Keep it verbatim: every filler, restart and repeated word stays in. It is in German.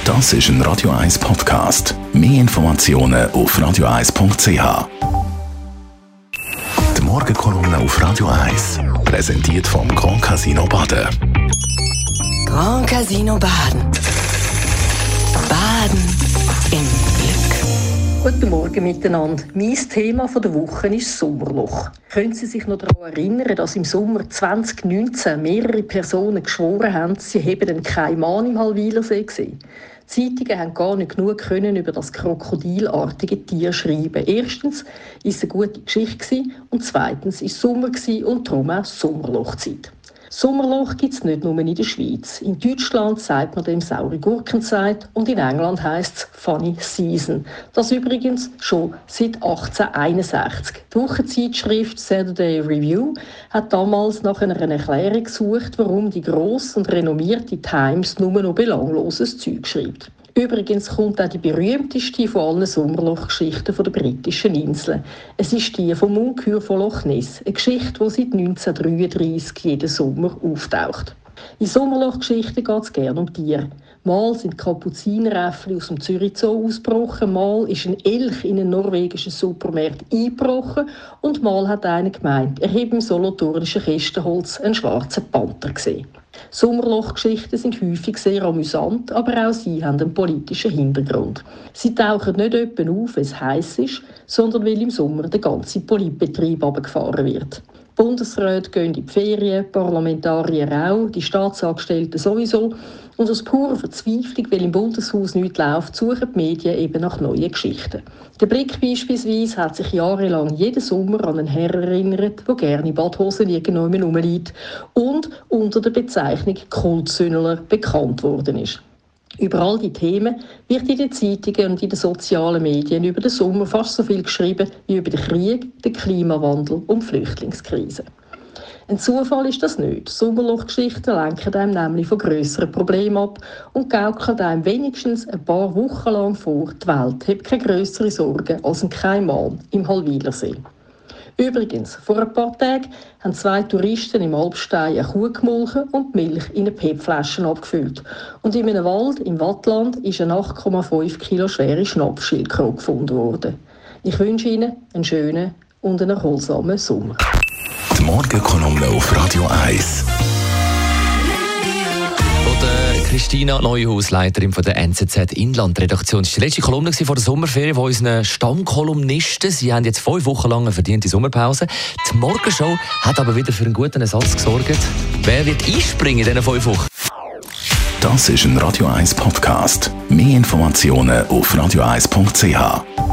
Das ist ein Radio eins Podcast. Mehr Informationen auf radio eins punkt c h. Die Morgenkolumne auf Radio eins. Präsentiert vom Grand Casino Baden. Grand Casino Baden. Baden im Glück. Guten Morgen miteinander. Mein Thema der Woche ist Sommerloch. Können Sie sich noch daran erinnern, dass im Sommer zwanzig neunzehn mehrere Personen geschworen haben, sie hätten keinen Mann im Halwilersee gesehen? Die Zeitungen haben gar nicht genug können über das krokodilartige Tier schreiben. Erstens war es eine gute Geschichte und zweitens war es Sommer und darum auch Sommerlochzeit. Sommerloch gibt es nicht nur in der Schweiz. In Deutschland sagt man dem saure Gurkenzeit und in England heisst es Funny Season. Das übrigens schon seit achtzehnhunderteinundsechzig. Die Wochenzeitschrift Saturday Review hat damals nach einer Erklärung gesucht, warum die grosse und renommierte Times nur noch belangloses Zeug schreibt. Übrigens kommt auch die berühmteste von allen Sommerlochgeschichten der britischen Inseln. Es ist die vom Ungeheuer von Loch Ness, eine Geschichte, die seit neunzehnhundertdreiunddreissig jeden Sommer auftaucht. In Sommerlochgeschichten geht es gerne um Tiere. Mal sind Kapuzineräffli aus dem Zürich Zoo ausgebrochen, mal ist ein Elch in einen norwegischen Supermarkt eingebrochen und mal hat einer gemeint, er habe im solothurnischen Kästenholz einen schwarzen Panther gesehen. Sommerlochgeschichten sind häufig sehr amüsant, aber auch sie haben einen politischen Hintergrund. Sie tauchen nicht etwa auf, wenn es heiß ist, sondern weil im Sommer der ganze Politbetrieb runtergefahren wird. Die Bundesräte gehen in die Ferien, Parlamentarier auch, die Staatsangestellten sowieso. Und aus purer Verzweiflung, weil im Bundeshaus nichts läuft, suchen die Medien eben nach neuen Geschichten. Der Blick beispielsweise hat sich jahrelang jeden Sommer an einen Herrn erinnert, der gerne in Badhosen irgendwo rumliegt und unter der Bezeichnung Kultsündler bekannt worden ist. Über all die Themen wird in den Zeitungen und in den sozialen Medien über den Sommer fast so viel geschrieben wie über den Krieg, den Klimawandel und die Flüchtlingskrise. Ein Zufall ist das nicht. Sommerlochgeschichten lenken einem nämlich von grösseren Problemen ab und gaukeln einem wenigstens ein paar Wochen lang vor, die Welt hat keine grössere Sorgen als ein Kaiman im Halwilersee. Übrigens, vor ein paar Tagen haben zwei Touristen im Alpstein eine Kuh gemolken und die Milch in eine P E T-Flaschen abgefüllt. Und in einem Wald im Wattland ist eine acht Komma fünf Kilo schwere Schnappschildkröte gefunden worden. Ich wünsche Ihnen einen schönen und einen erholsamen Sommer. Die Morgenkolumne auf Radio eins. Christina Neuhaus, Leiterin von der N Z Z Inlandredaktion. Das war die letzte Kolumne vor der Sommerferien von unseren Stammkolumnisten. Sie haben jetzt fünf Wochen lang eine verdiente Sommerpause. Die Morgenshow hat aber wieder für einen guten Ersatz gesorgt. Wer wird einspringen in diesen fünf Wochen? Das ist ein Radio eins Podcast. Mehr Informationen auf radio eins punkt c h.